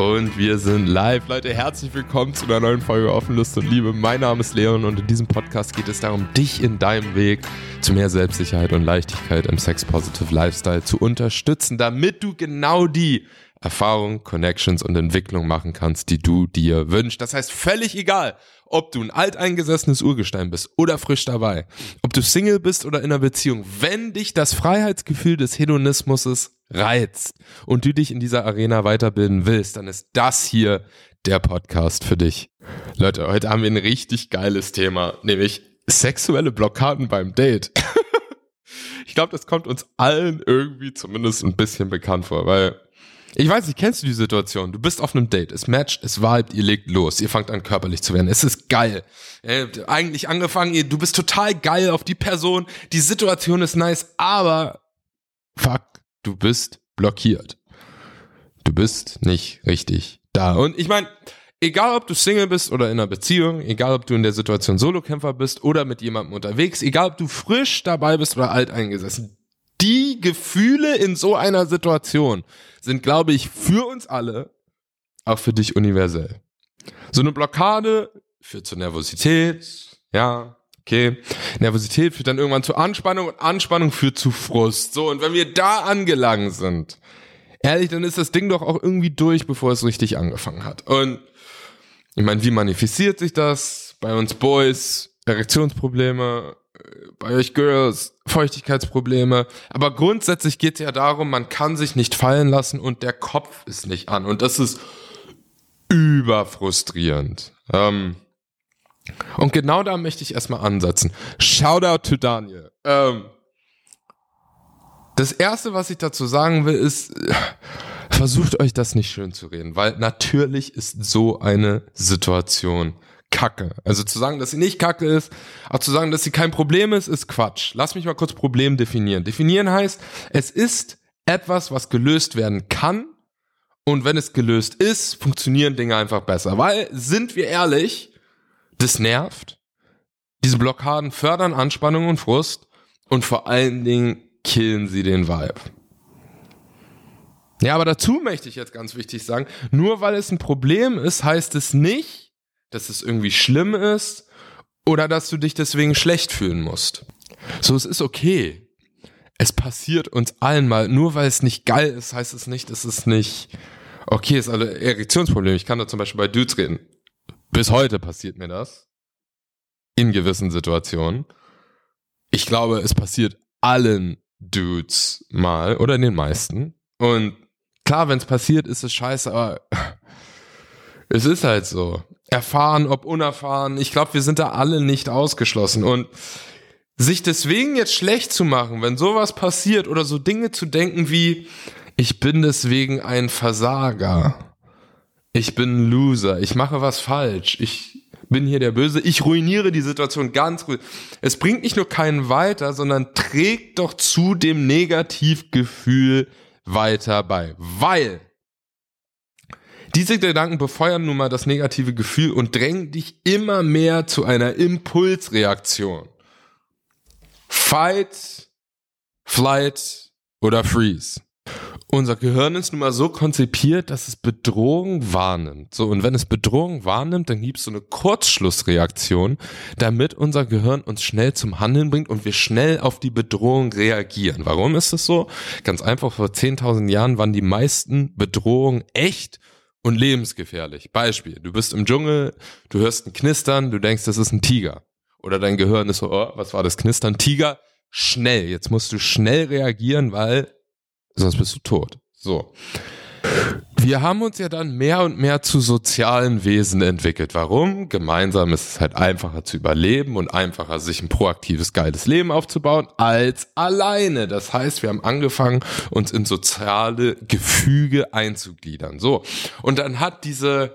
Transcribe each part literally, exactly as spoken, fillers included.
Und wir sind live. Leute, herzlich willkommen zu einer neuen Folge Offen, Lust und Liebe. Mein Name ist Leon und in diesem Podcast geht es darum, dich in deinem Weg zu mehr Selbstsicherheit und Leichtigkeit im Sex-Positive Lifestyle zu unterstützen, damit du genau die Erfahrungen, Connections und Entwicklung machen kannst, die du dir wünschst. Das heißt, völlig egal, ob du ein alteingesessenes Urgestein bist oder frisch dabei, ob du Single bist oder in einer Beziehung, wenn dich das Freiheitsgefühl des Hedonismus reizt und du dich in dieser Arena weiterbilden willst, dann ist das hier der Podcast für dich. Leute, heute haben wir ein richtig geiles Thema, nämlich sexuelle Blockaden beim Date. Ich glaube, das kommt uns allen irgendwie zumindest ein bisschen bekannt vor, weil ich weiß nicht, kennst du die Situation? Du bist auf einem Date, es matcht, es vibet, ihr legt los, ihr fangt an körperlich zu werden, es ist geil. Äh, eigentlich angefangen, ihr, du bist total geil auf die Person, die Situation ist nice, aber fuck, du bist blockiert. Du bist nicht richtig da. Und ich meine, egal ob du Single bist oder in einer Beziehung, egal ob du in der Situation Solokämpfer bist oder mit jemandem unterwegs, egal ob du frisch dabei bist oder alteingesessen, die Gefühle in so einer Situation sind, glaube ich, für uns alle, auch für dich universell. So eine Blockade führt zu Nervosität, ja, okay. Nervosität führt dann irgendwann zu Anspannung und Anspannung führt zu Frust. So, und wenn wir da angelangt sind, ehrlich, dann ist das Ding doch auch irgendwie durch, bevor es richtig angefangen hat. Und ich meine, wie manifestiert sich das? Bei uns Boys, Erektionsprobleme, bei euch Girls, Feuchtigkeitsprobleme. Aber grundsätzlich geht es ja darum, man kann sich nicht fallen lassen und der Kopf ist nicht an. Und das ist überfrustrierend. Ähm, und genau da möchte ich erstmal ansetzen. Shoutout to Daniel. Ähm, das Erste, was ich dazu sagen will, ist, versucht euch das nicht schön zu reden, weil natürlich ist so eine Situation Kacke. Also zu sagen, dass sie nicht Kacke ist, auch zu sagen, dass sie kein Problem ist, ist Quatsch. Lass mich mal kurz Problem definieren. Definieren heißt, es ist etwas, was gelöst werden kann und wenn es gelöst ist, funktionieren Dinge einfach besser. Weil, sind wir ehrlich, das nervt. Diese Blockaden fördern Anspannung und Frust und vor allen Dingen killen sie den Vibe. Ja, aber dazu möchte ich jetzt ganz wichtig sagen, nur weil es ein Problem ist, heißt es nicht, dass es irgendwie schlimm ist oder dass du dich deswegen schlecht fühlen musst. So, es ist okay. Es passiert uns allen mal. Nur weil es nicht geil ist, heißt es nicht, dass es nicht okay ist. Also Erektionsprobleme. Ich kann da zum Beispiel bei Dudes reden. Bis heute passiert mir das. In gewissen Situationen. Ich glaube, es passiert allen Dudes mal oder den meisten. Und klar, wenn es passiert, ist es scheiße, aber es ist halt so. Erfahren, ob unerfahren. Ich glaube, wir sind da alle nicht ausgeschlossen. Und sich deswegen jetzt schlecht zu machen, wenn sowas passiert oder so Dinge zu denken wie, ich bin deswegen ein Versager. Ich bin ein Loser. Ich mache was falsch. Ich bin hier der Böse. Ich ruiniere die Situation ganz gut. Es bringt nicht nur keinen weiter, sondern trägt doch zu dem Negativgefühl weiter bei. Weil diese Gedanken befeuern nun mal das negative Gefühl und drängen dich immer mehr zu einer Impulsreaktion. Fight, Flight oder Freeze. Unser Gehirn ist nun mal so konzipiert, dass es Bedrohung wahrnimmt. So, und wenn es Bedrohung wahrnimmt, dann gibt es so eine Kurzschlussreaktion, damit unser Gehirn uns schnell zum Handeln bringt und wir schnell auf die Bedrohung reagieren. Warum ist das so? Ganz einfach, vor zehntausend Jahren waren die meisten Bedrohungen echt und lebensgefährlich. Beispiel, du bist im Dschungel, du hörst ein Knistern, du denkst, das ist ein Tiger. Oder dein Gehirn ist so, oh, was war das Knistern? Tiger, schnell. Jetzt musst du schnell reagieren, weil sonst bist du tot. So. Wir haben uns ja dann mehr und mehr zu sozialen Wesen entwickelt. Warum? Gemeinsam ist es halt einfacher zu überleben und einfacher, sich ein proaktives, geiles Leben aufzubauen, als alleine. Das heißt, wir haben angefangen, uns in soziale Gefüge einzugliedern. So. Und dann hat diese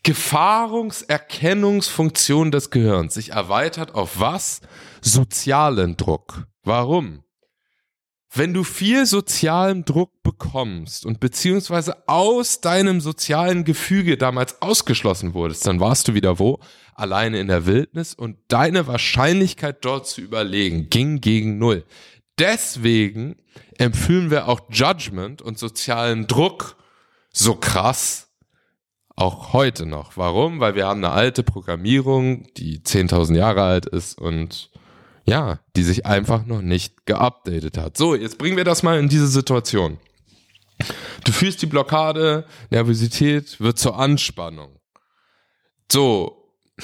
Gefahrungserkennungsfunktion des Gehirns sich erweitert auf was? Sozialen Druck. Warum? Wenn du viel sozialen Druck bekommst und beziehungsweise aus deinem sozialen Gefüge damals ausgeschlossen wurdest, dann warst du wieder wo? Alleine in der Wildnis und deine Wahrscheinlichkeit dort zu überlegen ging gegen null. Deswegen empfühlen wir auch Judgment und sozialen Druck so krass, Auch heute noch. Warum? Weil wir haben eine alte Programmierung, die zehntausend Jahre alt ist und ja, die sich einfach noch nicht geupdatet hat. So, jetzt bringen wir das mal in diese Situation. Du fühlst die Blockade, Nervosität wird zur Anspannung. So,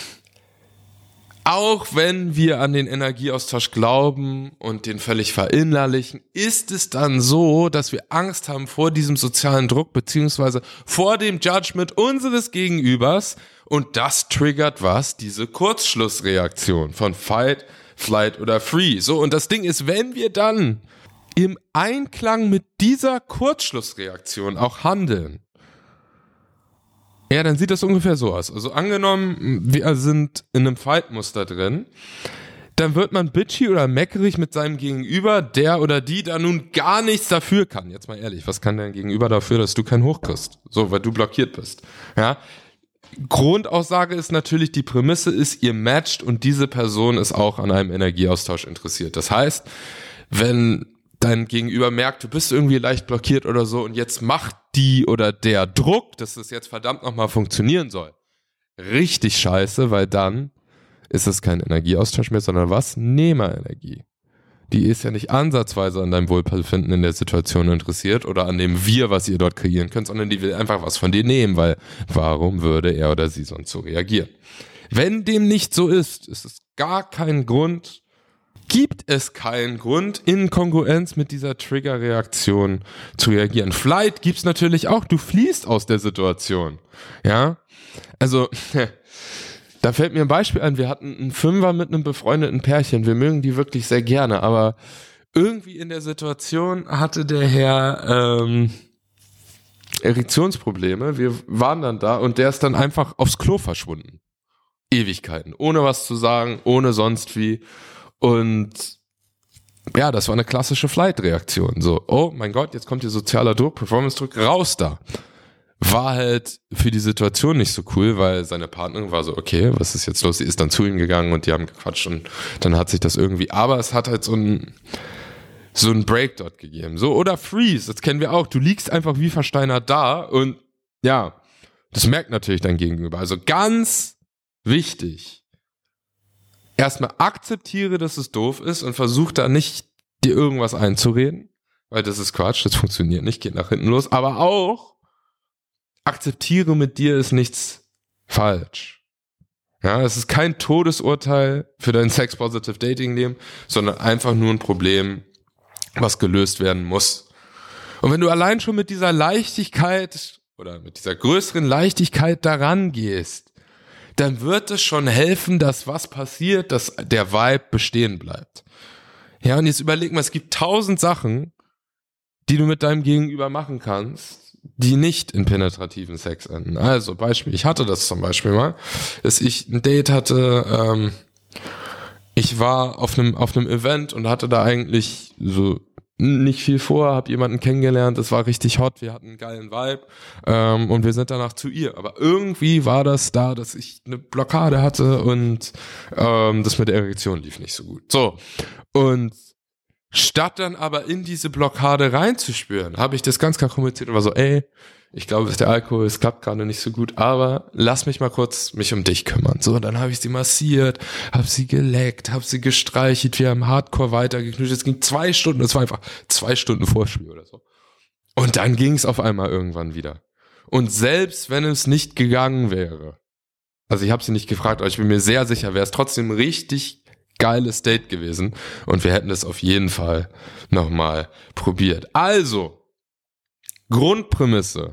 auch wenn wir an den Energieaustausch glauben und den völlig verinnerlichen, ist es dann so, dass wir Angst haben vor diesem sozialen Druck beziehungsweise vor dem Judgment unseres Gegenübers und das triggert was? Diese Kurzschlussreaktion von Fight, Flight oder Free. So, und das Ding ist, wenn wir dann im Einklang mit dieser Kurzschlussreaktion auch handeln, ja, dann sieht das ungefähr so aus. Also angenommen, wir sind in einem Fight-Muster drin, dann wird man bitchy oder meckerig mit seinem Gegenüber, der oder die da nun gar nichts dafür kann. Jetzt mal ehrlich, was kann dein Gegenüber dafür, dass du keinen Hoch kriegst? So, weil du blockiert bist. Ja. Grundaussage ist natürlich, die Prämisse ist, ihr matcht und diese Person ist auch an einem Energieaustausch interessiert. Das heißt, wenn dein Gegenüber merkt, du bist irgendwie leicht blockiert oder so und jetzt macht die oder der Druck, dass es jetzt verdammt nochmal funktionieren soll. Richtig scheiße, weil dann ist es kein Energieaustausch mehr, sondern was? Nehmerenergie. Die ist ja nicht ansatzweise an deinem Wohlbefinden in der Situation interessiert oder an dem Wir, was ihr dort kreieren könnt, sondern die will einfach was von dir nehmen, weil warum würde er oder sie sonst so reagieren? Wenn dem nicht so ist, ist es gar kein Grund, gibt es keinen Grund, in Kongruenz mit dieser Triggerreaktion zu reagieren. Flight gibt's natürlich auch, du fliehst aus der Situation. Ja, also da fällt mir ein Beispiel ein, wir hatten einen Fünfer mit einem befreundeten Pärchen, wir mögen die wirklich sehr gerne, aber irgendwie in der Situation hatte der Herr ähm, Erektionsprobleme, wir waren dann da und der ist dann einfach aufs Klo verschwunden. Ewigkeiten, ohne was zu sagen, ohne sonst wie. Und ja, das war eine klassische Flight-Reaktion. So, oh mein Gott, jetzt kommt hier sozialer Druck, Performance-Druck, raus da. War halt für die Situation nicht so cool, weil seine Partnerin war so, okay, was ist jetzt los? Sie ist dann zu ihm gegangen und die haben gequatscht und dann hat sich das irgendwie, aber es hat halt so ein so ein Break dort gegeben. So, oder Freeze, das kennen wir auch. Du liegst einfach wie versteinert da und ja, das merkt natürlich dein Gegenüber. Also ganz wichtig. Erstmal akzeptiere, dass es doof ist und versuch da nicht dir irgendwas einzureden, weil das ist Quatsch, das funktioniert nicht, geht nach hinten los. Aber auch akzeptiere, mit dir ist nichts falsch. Ja, es ist kein Todesurteil für dein Sex-Positive Dating-Leben, sondern einfach nur ein Problem, was gelöst werden muss. Und wenn du allein schon mit dieser Leichtigkeit oder mit dieser größeren Leichtigkeit daran gehst, dann wird es schon helfen, dass was passiert, dass der Vibe bestehen bleibt. Ja, und jetzt überleg mal, es gibt tausend Sachen, die du mit deinem Gegenüber machen kannst, die nicht in penetrativen Sex enden. Also Beispiel, ich hatte das zum Beispiel mal, dass ich ein Date hatte, ähm, ich war auf einem auf einem Event und hatte da eigentlich so nicht viel vor, habe jemanden kennengelernt, es war richtig hot, wir hatten einen geilen Vibe ähm, und wir sind danach zu ihr. Aber irgendwie war das da, dass ich eine Blockade hatte und ähm, das mit der Erektion lief nicht so gut. So, und statt dann aber in diese Blockade reinzuspüren, habe ich das ganz klar kommuniziert und war so, ey, ich glaube, es ist der Alkohol, es klappt gerade nicht so gut, aber lass mich mal kurz mich um dich kümmern. So, dann habe ich sie massiert, habe sie geleckt, habe sie gestreichelt, wir haben Hardcore weitergeknutscht. Es ging zwei Stunden, es war einfach zwei Stunden Vorspiel oder so. Und dann ging es auf einmal irgendwann wieder. Und selbst wenn es nicht gegangen wäre, also ich habe sie nicht gefragt, aber ich bin mir sehr sicher, wäre es trotzdem ein richtig geiles Date gewesen und wir hätten es auf jeden Fall nochmal probiert. Also, Grundprämisse.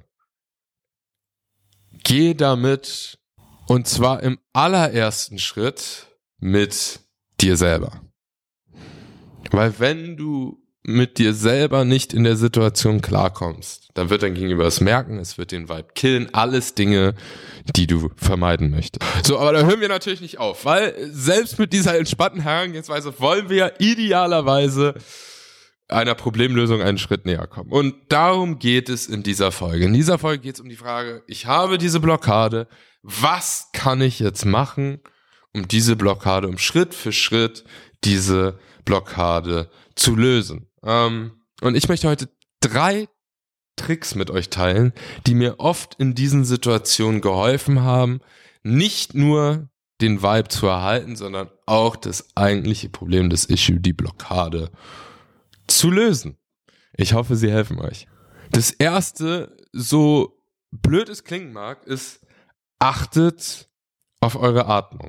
Geh damit und zwar im allerersten Schritt mit dir selber. Weil wenn du mit dir selber nicht in der Situation klarkommst, dann wird dein Gegenüber es merken, es wird den Vibe killen, alles Dinge, die du vermeiden möchtest. So, aber da hören wir natürlich nicht auf, weil selbst mit dieser entspannten Herangehensweise wollen wir ja idealerweise einer Problemlösung einen Schritt näher kommen. Und darum geht es in dieser Folge. In dieser Folge geht es um die Frage, ich habe diese Blockade, was kann ich jetzt machen, um diese Blockade, um Schritt für Schritt diese Blockade zu lösen. Ähm, und ich möchte heute drei Tricks mit euch teilen, die mir oft in diesen Situationen geholfen haben, nicht nur den Vibe zu erhalten, sondern auch das eigentliche Problem des Issue, die Blockade, zu lösen. Ich hoffe, sie helfen euch. Das erste, so blöd es klingen mag, ist, achtet auf eure Atmung.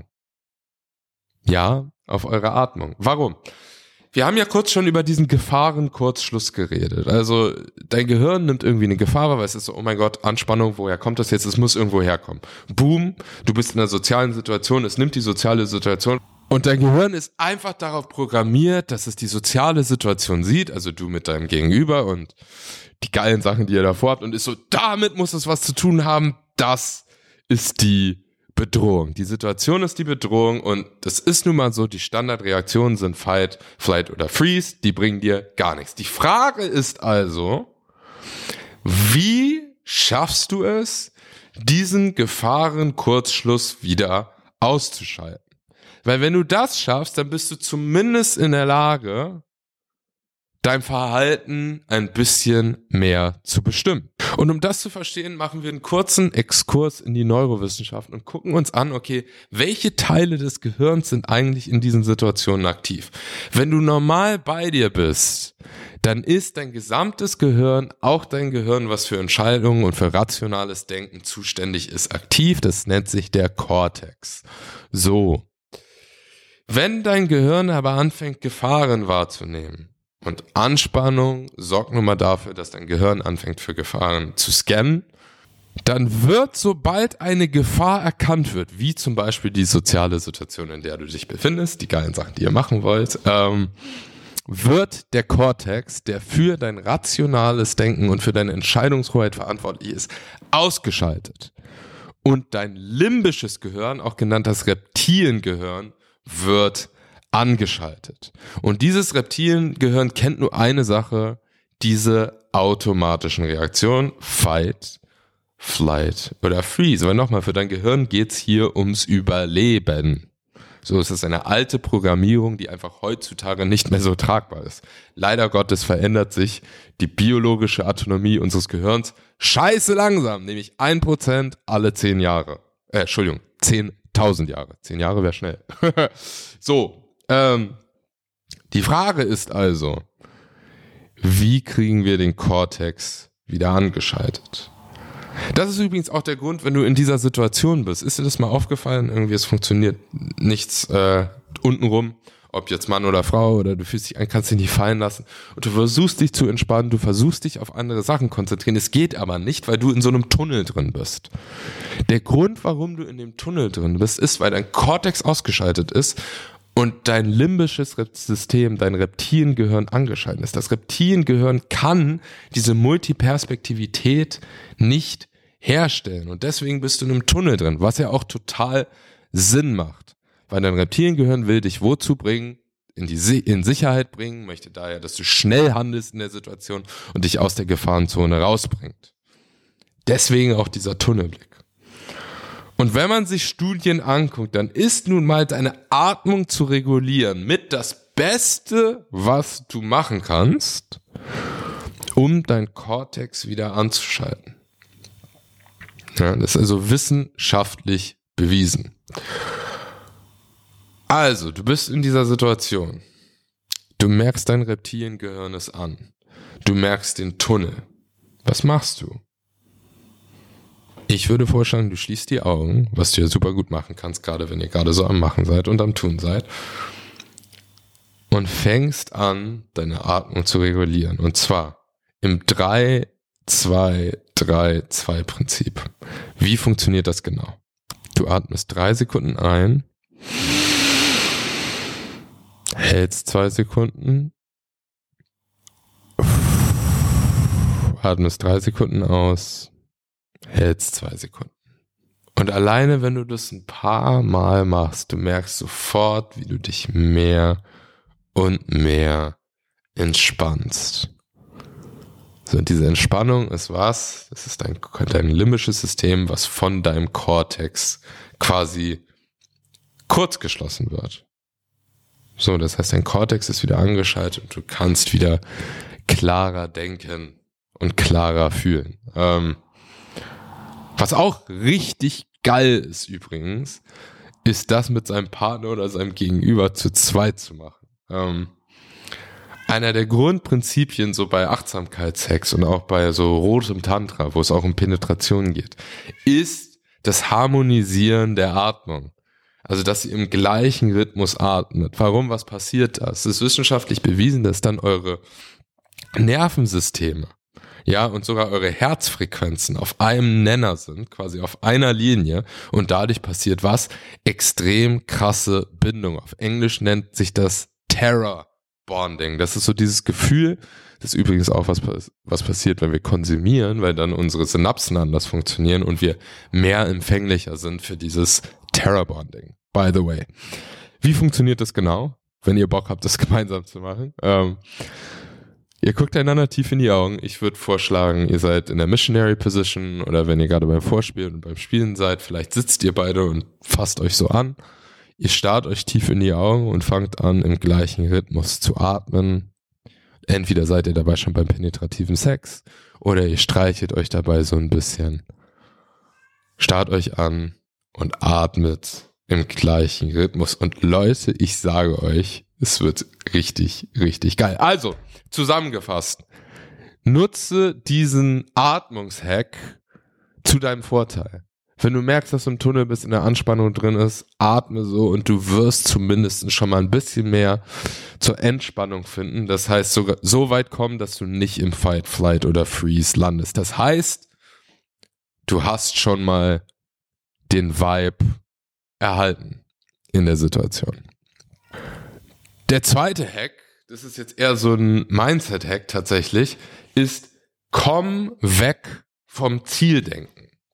Ja, auf eure Atmung. Warum? Wir haben ja kurz schon über diesen Gefahrenkurzschluss geredet. Also dein Gehirn nimmt irgendwie eine Gefahr wahr, weil es ist so, oh mein Gott, Anspannung, woher kommt das jetzt? Es muss irgendwo herkommen. Boom, du bist in einer sozialen Situation, es nimmt die soziale Situation und dein Gehirn ist einfach darauf programmiert, dass es die soziale Situation sieht, also du mit deinem Gegenüber und die geilen Sachen, die ihr davor habt und ist so, damit muss es was zu tun haben, das ist die Bedrohung. Die Situation ist die Bedrohung und das ist nun mal so, die Standardreaktionen sind Fight, Flight oder Freeze, die bringen dir gar nichts. Die Frage ist also, wie schaffst du es, diesen Gefahrenkurzschluss wieder auszuschalten? Weil wenn du das schaffst, dann bist du zumindest in der Lage, dein Verhalten ein bisschen mehr zu bestimmen. Und um das zu verstehen, machen wir einen kurzen Exkurs in die Neurowissenschaften und gucken uns an, okay, welche Teile des Gehirns sind eigentlich in diesen Situationen aktiv? Wenn du normal bei dir bist, dann ist dein gesamtes Gehirn, auch dein Gehirn, was für Entscheidungen und für rationales Denken zuständig ist, aktiv. Das nennt sich der Kortex. So. Wenn dein Gehirn aber anfängt, Gefahren wahrzunehmen, und Anspannung sorgt nun mal dafür, dass dein Gehirn anfängt für Gefahren zu scannen. Dann wird, sobald eine Gefahr erkannt wird, wie zum Beispiel die soziale Situation, in der du dich befindest, die geilen Sachen, die ihr machen wollt, ähm, wird der Kortex, der für dein rationales Denken und für deine Entscheidungshoheit verantwortlich ist, ausgeschaltet. Und dein limbisches Gehirn, auch genannt das Reptiliengehirn, wird angeschaltet. Und dieses Reptiliengehirn kennt nur eine Sache, diese automatischen Reaktionen, Fight, Flight oder Freeze. Aber nochmal, für dein Gehirn geht's hier ums Überleben. So ist es eine alte Programmierung, die einfach heutzutage nicht mehr so tragbar ist. Leider Gottes verändert sich die biologische Autonomie unseres Gehirns scheiße langsam, nämlich ein Prozent alle zehn Jahre. Äh, Entschuldigung, zehntausend Jahre. Zehn Jahre wäre schnell. So. Ähm, die Frage ist also, wie kriegen wir den Kortex wieder angeschaltet? Das ist übrigens auch der Grund, wenn du in dieser Situation bist. Ist dir das mal aufgefallen? Irgendwie, es funktioniert nichts äh, untenrum, ob jetzt Mann oder Frau, oder du fühlst dich ein, kannst dich nicht fallen lassen und du versuchst dich zu entspannen, du versuchst dich auf andere Sachen konzentrieren. Es geht aber nicht, weil du in so einem Tunnel drin bist. Der Grund, warum du in dem Tunnel drin bist, ist, weil dein Kortex ausgeschaltet ist und dein limbisches System, dein Reptiliengehirn angeschaltet ist. Das Reptiliengehirn kann diese Multiperspektivität nicht herstellen. Und deswegen bist du in einem Tunnel drin, was ja auch total Sinn macht. Weil dein Reptiliengehirn will dich wozu bringen? In die Si- in Sicherheit bringen, möchte daher, dass du schnell handelst in der Situation und dich aus der Gefahrenzone rausbringt. Deswegen auch dieser Tunnelblick. Und wenn man sich Studien anguckt, dann ist nun mal deine Atmung zu regulieren mit das Beste, was du machen kannst, um dein Kortex wieder anzuschalten. Ja, das ist also wissenschaftlich bewiesen. Also, du bist in dieser Situation. Du merkst, dein Reptiliengehirn ist an. Du merkst den Tunnel. Was machst du? Ich würde vorschlagen, du schließt die Augen, was du ja super gut machen kannst, gerade wenn ihr gerade so am Machen seid und am Tun seid, und fängst an, deine Atmung zu regulieren. Und zwar im drei zwei drei zwei Prinzip. Wie funktioniert das genau? Du atmest drei Sekunden ein, hältst zwei Sekunden, atmest drei Sekunden aus, hältst zwei Sekunden. Und alleine, wenn du das ein paar Mal machst, du merkst sofort, wie du dich mehr und mehr entspannst. So, und diese Entspannung ist was? Das ist dein, dein limbisches System, was von deinem Kortex quasi kurzgeschlossen wird. So, das heißt, dein Kortex ist wieder angeschaltet und du kannst wieder klarer denken und klarer fühlen. Ähm, was auch richtig geil ist übrigens, ist das mit seinem Partner oder seinem Gegenüber zu zweit zu machen. Ähm, einer der Grundprinzipien so bei Achtsamkeitssex und auch bei so rotem Tantra, wo es auch um Penetration geht, ist das Harmonisieren der Atmung. Also, dass ihr im gleichen Rhythmus atmet. Warum? Was passiert da? Es ist wissenschaftlich bewiesen, dass dann eure Nervensysteme, ja, und sogar eure Herzfrequenzen auf einem Nenner sind, quasi auf einer Linie, und dadurch passiert was? Extrem krasse Bindung. Auf Englisch nennt sich das Terror Bonding. Das ist so dieses Gefühl, das ist übrigens auch was, was passiert, wenn wir konsumieren, weil dann unsere Synapsen anders funktionieren und wir mehr empfänglicher sind für dieses Terror Bonding. By the way. Wie funktioniert das genau? Wenn ihr Bock habt, das gemeinsam zu machen. Ähm, Ihr guckt einander tief in die Augen. Ich würde vorschlagen, ihr seid in der Missionary Position oder wenn ihr gerade beim Vorspielen und beim Spielen seid, vielleicht sitzt ihr beide und fasst euch so an. Ihr starrt euch tief in die Augen und fangt an, im gleichen Rhythmus zu atmen. Entweder seid ihr dabei schon beim penetrativen Sex oder ihr streichelt euch dabei so ein bisschen. Starrt euch an und atmet im gleichen Rhythmus. Und Leute, ich sage euch, es wird richtig, richtig geil. Also, zusammengefasst, nutze diesen Atmungshack zu deinem Vorteil. Wenn du merkst, dass du im Tunnel bist, in der Anspannung drin ist, atme so und du wirst zumindest schon mal ein bisschen mehr zur Entspannung finden. Das heißt, sogar so weit kommen, dass du nicht im Fight, Flight oder Freeze landest. Das heißt, du hast schon mal den Vibe erhalten in der Situation. Der zweite Hack, das ist jetzt eher so ein Mindset-Hack tatsächlich, ist, komm weg vom Zieldenken.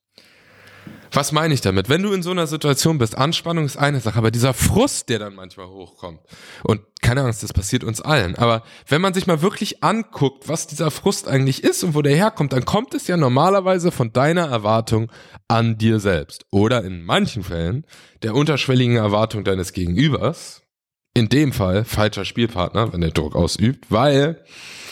Was meine ich damit? Wenn du in so einer Situation bist, Anspannung ist eine Sache, aber dieser Frust, der dann manchmal hochkommt, und keine Angst, das passiert uns allen, aber wenn man sich mal wirklich anguckt, was dieser Frust eigentlich ist und wo der herkommt, dann kommt es ja normalerweise von deiner Erwartung an dir selbst oder in manchen Fällen der unterschwelligen Erwartung deines Gegenübers, in dem Fall falscher Spielpartner, wenn der Druck ausübt, weil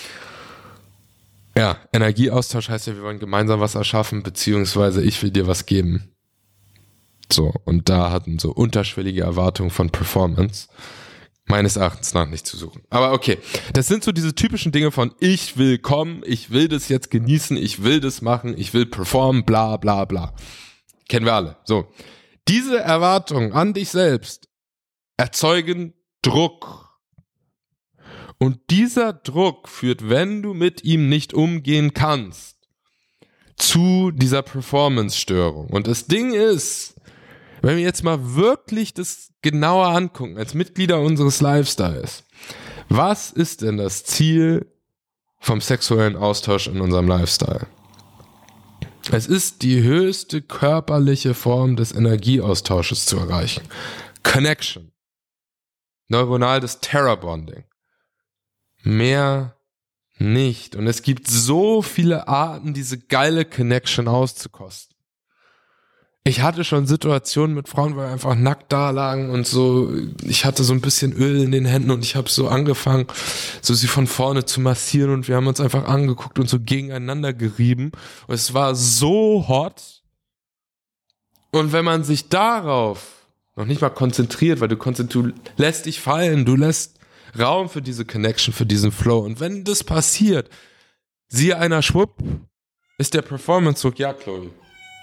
ja, Energieaustausch heißt ja, wir wollen gemeinsam was erschaffen, beziehungsweise ich will dir was geben. So, und da hatten so unterschwellige Erwartungen von Performance meines Erachtens nach nicht zu suchen. Aber okay, das sind so diese typischen Dinge von ich will kommen, ich will das jetzt genießen, ich will das machen, ich will performen, bla bla bla. Kennen wir alle. So, diese Erwartungen an dich selbst erzeugen Druck. Und dieser Druck führt, wenn du mit ihm nicht umgehen kannst, zu dieser Performance-Störung. Und das Ding ist, wenn wir jetzt mal wirklich das genauer angucken, als Mitglieder unseres Lifestyles, was ist denn das Ziel vom sexuellen Austausch in unserem Lifestyle? Es ist die höchste körperliche Form des Energieaustausches zu erreichen. Connection. Neuronales Terror Bonding. Mehr nicht. Und es gibt so viele Arten, diese geile Connection auszukosten. Ich hatte schon Situationen mit Frauen, wo wir einfach nackt da lagen und so, ich hatte so ein bisschen Öl in den Händen und ich habe so angefangen, so sie von vorne zu massieren und wir haben uns einfach angeguckt und so gegeneinander gerieben. Und es war so hot. Und wenn man sich darauf noch nicht mal konzentriert, weil du konzentrierst, du lässt dich fallen, du lässt Raum für diese Connection, für diesen Flow. Und wenn das passiert, siehe einer schwupp, ist der Performance-Druck, ja, Chloe.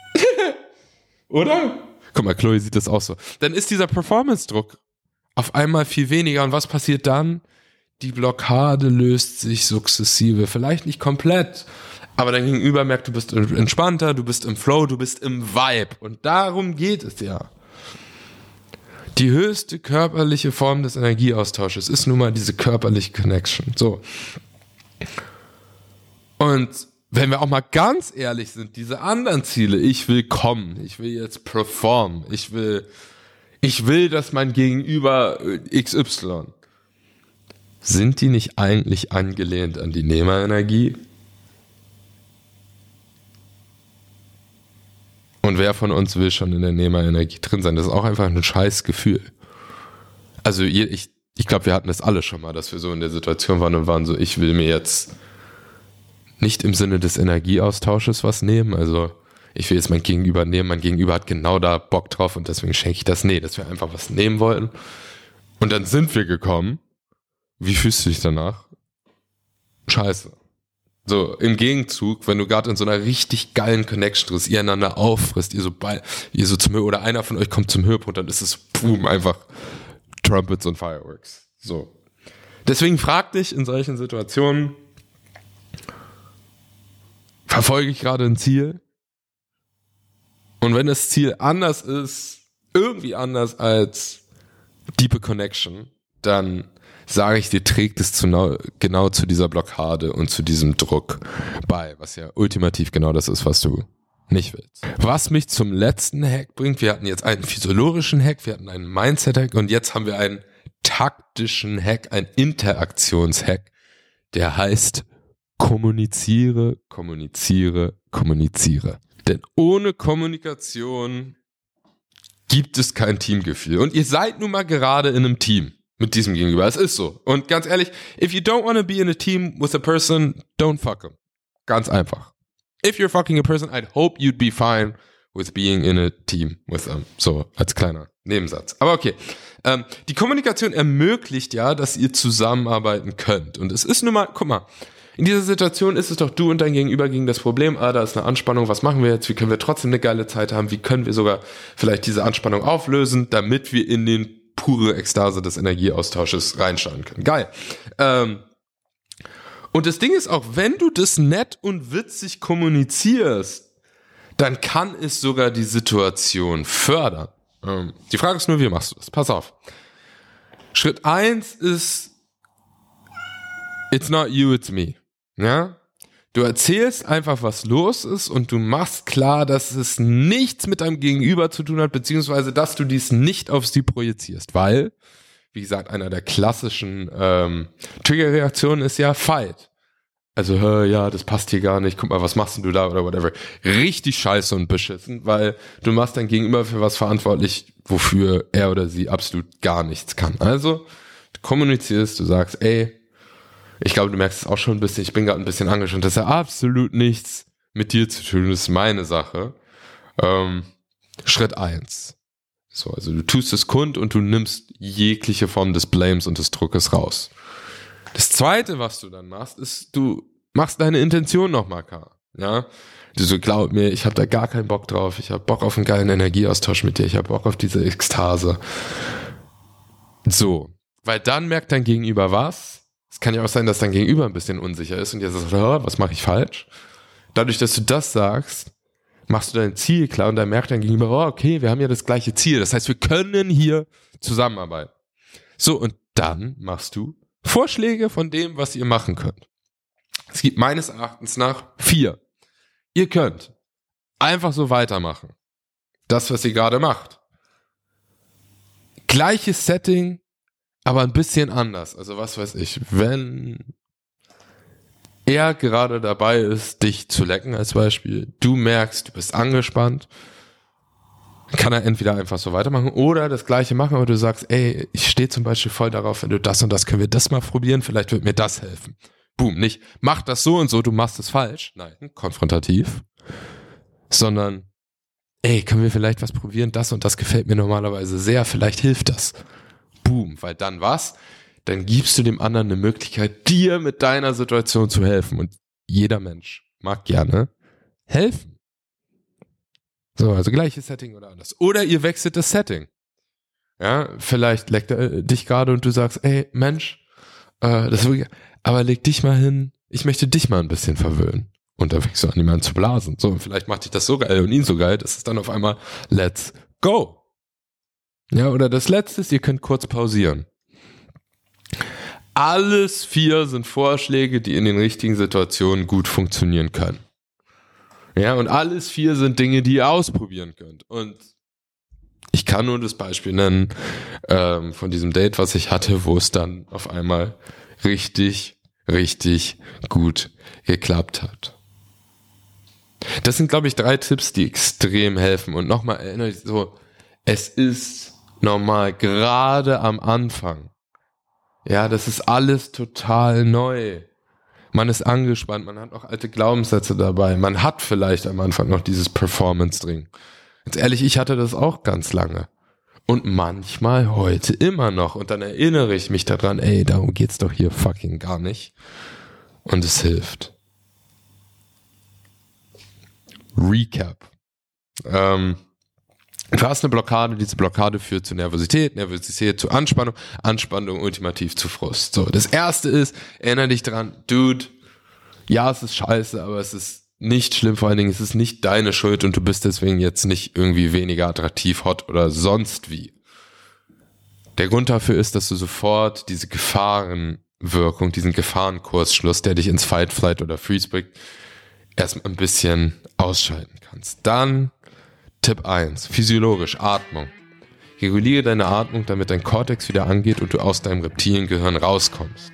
Oder? Guck mal, Chloe sieht das auch so. Dann ist dieser Performance-Druck auf einmal viel weniger. Und was passiert dann? Die Blockade löst sich sukzessive. Vielleicht nicht komplett, aber dein Gegenüber merkt, du bist entspannter, du bist im Flow, du bist im Vibe. Und darum geht es ja. Die höchste körperliche Form des Energieaustausches ist nun mal diese körperliche Connection. So. Und wenn wir auch mal ganz ehrlich sind, diese anderen Ziele, ich will kommen, ich will jetzt performen, ich will, ich will, dass mein Gegenüber X Y, sind die nicht eigentlich angelehnt an die Nehmerenergie? Und wer von uns will schon in der Nehmerenergie drin sein? Das ist auch einfach ein scheiß Gefühl. Also ich, ich glaube, wir hatten das alle schon mal, dass wir so in der Situation waren und waren so, ich will mir jetzt nicht im Sinne des Energieaustausches was nehmen, also ich will jetzt mein Gegenüber nehmen, mein Gegenüber hat genau da Bock drauf und deswegen schenke ich das. Nee, dass wir einfach was nehmen wollten. Und dann sind wir gekommen. Wie fühlst du dich danach? Scheiße. So, im Gegenzug, wenn du gerade in so einer richtig geilen Connection bist, ihr einander auffrisst, ihr so bei, ihr so zum Höhe, oder einer von euch kommt zum Höhepunkt, dann ist es boom, einfach Trumpets und Fireworks. So. Deswegen frag dich in solchen Situationen, verfolge ich gerade ein Ziel? Und wenn das Ziel anders ist, irgendwie anders als Deep Connection, dann sage ich dir, trägt es zu, genau zu dieser Blockade und zu diesem Druck bei, was ja ultimativ genau das ist, was du nicht willst. Was mich zum letzten Hack bringt, wir hatten jetzt einen physiologischen Hack, wir hatten einen Mindset-Hack und jetzt haben wir einen taktischen Hack, einen Interaktions-Hack, der heißt kommuniziere, kommuniziere, kommuniziere. Denn ohne Kommunikation gibt es kein Teamgefühl. Und ihr seid nun mal gerade in einem Team mit diesem Gegenüber. Es ist so. Und ganz ehrlich, if you don't want to be in a team with a person, don't fuck him. Ganz einfach. If you're fucking a person, I'd hope you'd be fine with being in a team with them. So, als kleiner Nebensatz. Aber okay. Ähm, die Kommunikation ermöglicht ja, dass ihr zusammenarbeiten könnt. Und es ist nun mal, guck mal, in dieser Situation ist es doch du und dein Gegenüber gegen das Problem, ah, da ist eine Anspannung, was machen wir jetzt, wie können wir trotzdem eine geile Zeit haben, wie können wir sogar vielleicht diese Anspannung auflösen, damit wir in den pure Ekstase des Energieaustausches reinschauen können. Geil. Ähm, und das Ding ist auch, wenn du das nett und witzig kommunizierst, dann kann es sogar die Situation fördern. Ähm, die Frage ist nur, wie machst du das? Pass auf. Schritt eins ist, it's not you, it's me. Ja? Du erzählst einfach, was los ist und du machst klar, dass es nichts mit deinem Gegenüber zu tun hat, beziehungsweise, dass du dies nicht auf sie projizierst, weil, wie gesagt, einer der klassischen ähm, Triggerreaktionen ist ja Fight. Also, hör, ja, das passt hier gar nicht, guck mal, was machst denn du da oder whatever. Richtig scheiße und beschissen, weil du machst dein Gegenüber für was verantwortlich, wofür er oder sie absolut gar nichts kann. Also, du kommunizierst, du sagst, ey, ich glaube, du merkst es auch schon ein bisschen, ich bin gerade ein bisschen angespannt, das hat ja absolut nichts mit dir zu tun, das ist meine Sache. Ähm, Schritt eins. So, also du tust es kund und du nimmst jegliche Form des Blames und des Druckes raus. Das zweite, was du dann machst, ist, du machst deine Intention nochmal klar. Ja? Du so, glaub mir, ich habe da gar keinen Bock drauf, ich habe Bock auf einen geilen Energieaustausch mit dir, ich habe Bock auf diese Ekstase. So, weil dann merkt dein Gegenüber was. Es kann ja auch sein, dass dein Gegenüber ein bisschen unsicher ist und jetzt sagt, oh, was mache ich falsch? Dadurch, dass du das sagst, machst du dein Ziel klar und dann merkt dein Gegenüber, oh, okay, wir haben ja das gleiche Ziel. Das heißt, wir können hier zusammenarbeiten. So, und dann machst du Vorschläge von dem, was ihr machen könnt. Es gibt meines Erachtens nach vier. Ihr könnt einfach so weitermachen. Das, was ihr gerade macht. Gleiches Setting, aber ein bisschen anders. Also was weiß ich, wenn er gerade dabei ist, dich zu lecken als Beispiel, du merkst, du bist angespannt, kann er entweder einfach so weitermachen oder das Gleiche machen, aber du sagst, ey, ich stehe zum Beispiel voll darauf, wenn du das und das, können wir das mal probieren, vielleicht wird mir das helfen. Boom, nicht, mach das so und so, du machst es falsch. Nein, konfrontativ. Sondern, ey, können wir vielleicht was probieren, das und das gefällt mir normalerweise sehr, vielleicht hilft das. Boom, weil dann was? Dann gibst du dem anderen eine Möglichkeit, dir mit deiner Situation zu helfen. Und jeder Mensch mag gerne helfen. So, also gleiches Setting oder anders. Oder ihr wechselt das Setting. Ja, vielleicht leckt er dich gerade und du sagst, ey, Mensch, äh, das ist wirklich, aber leg dich mal hin, ich möchte dich mal ein bisschen verwöhnen. Und dann fängst du an, jemanden zu blasen. So, und vielleicht macht dich das so geil und ihn so geil, dass es dann auf einmal let's go. Ja, oder das Letzte ist, ihr könnt kurz pausieren. Alles vier sind Vorschläge, die in den richtigen Situationen gut funktionieren können. Ja, und alles vier sind Dinge, die ihr ausprobieren könnt. Und ich kann nur das Beispiel nennen ähm, von diesem Date, was ich hatte, wo es dann auf einmal richtig, richtig gut geklappt hat. Das sind, glaube ich, drei Tipps, die extrem helfen. Und nochmal erinnere ich so, es ist normal, gerade am Anfang. Ja, das ist alles total neu. Man ist angespannt, man hat noch alte Glaubenssätze dabei, man hat vielleicht am Anfang noch dieses Performance-Ding. Ganz ehrlich, ich hatte das auch ganz lange. Und manchmal heute immer noch. Und dann erinnere ich mich daran, ey, darum geht's doch hier fucking gar nicht. Und es hilft. Recap. Ähm, du hast eine Blockade, diese Blockade führt zu Nervosität, Nervosität zu Anspannung, Anspannung ultimativ zu Frust. So, das erste ist, erinnere dich dran, Dude, ja, es ist scheiße, aber es ist nicht schlimm, vor allen Dingen, es ist nicht deine Schuld und du bist deswegen jetzt nicht irgendwie weniger attraktiv, hot oder sonst wie. Der Grund dafür ist, dass du sofort diese Gefahrenwirkung, diesen Gefahrenkursschluss, der dich ins Fight, Flight oder Freeze bringt, erstmal ein bisschen ausschalten kannst. Dann Tipp eins, physiologisch, Atmung. Reguliere deine Atmung, damit dein Kortex wieder angeht und du aus deinem Reptiliengehirn rauskommst.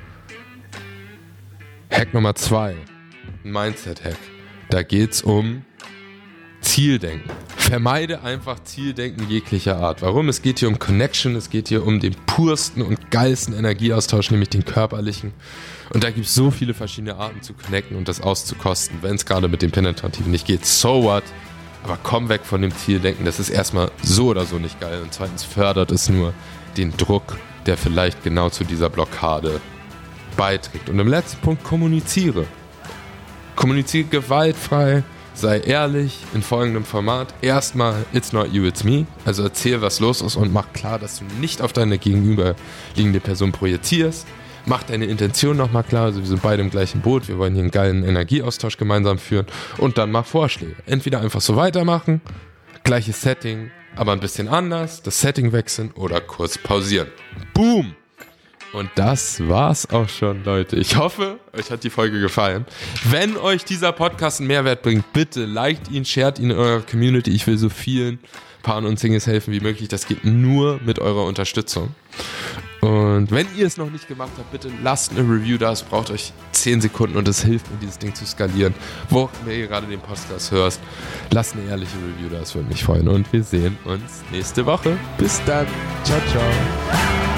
Hack Nummer zwei, ein Mindset-Hack. Da geht's um Zieldenken. Vermeide einfach Zieldenken jeglicher Art. Warum? Es geht hier um Connection, es geht hier um den pursten und geilsten Energieaustausch, nämlich den körperlichen. Und da gibt es so viele verschiedene Arten zu connecten und das auszukosten, wenn es gerade mit dem Penetrativen nicht geht. So what? Aber komm weg von dem Zieldenken, das ist erstmal so oder so nicht geil. Und zweitens fördert es nur den Druck, der vielleicht genau zu dieser Blockade beiträgt. Und im letzten Punkt, kommuniziere. Kommuniziere gewaltfrei, sei ehrlich in folgendem Format. Erstmal, it's not you, it's me. Also erzähl, was los ist und mach klar, dass du nicht auf deine gegenüberliegende Person projizierst. Mach deine Intention nochmal klar, also wir sind beide im gleichen Boot, wir wollen hier einen geilen Energieaustausch gemeinsam führen und dann mach Vorschläge. Entweder einfach so weitermachen, gleiches Setting, aber ein bisschen anders, das Setting wechseln oder kurz pausieren. Boom! Und das war's auch schon, Leute. Ich hoffe, euch hat die Folge gefallen. Wenn euch dieser Podcast einen Mehrwert bringt, bitte liked ihn, shared ihn in eurer Community. Ich will so vielen Paaren und Singles helfen wie möglich. Das geht nur mit eurer Unterstützung. Und wenn ihr es noch nicht gemacht habt, bitte lasst eine Review da. Es braucht euch zehn Sekunden und es hilft mir, dieses Ding zu skalieren. Wo ihr gerade den Podcast hörst, lasst eine ehrliche Review da. Das würde mich freuen. Und wir sehen uns nächste Woche. Bis dann. Ciao, ciao.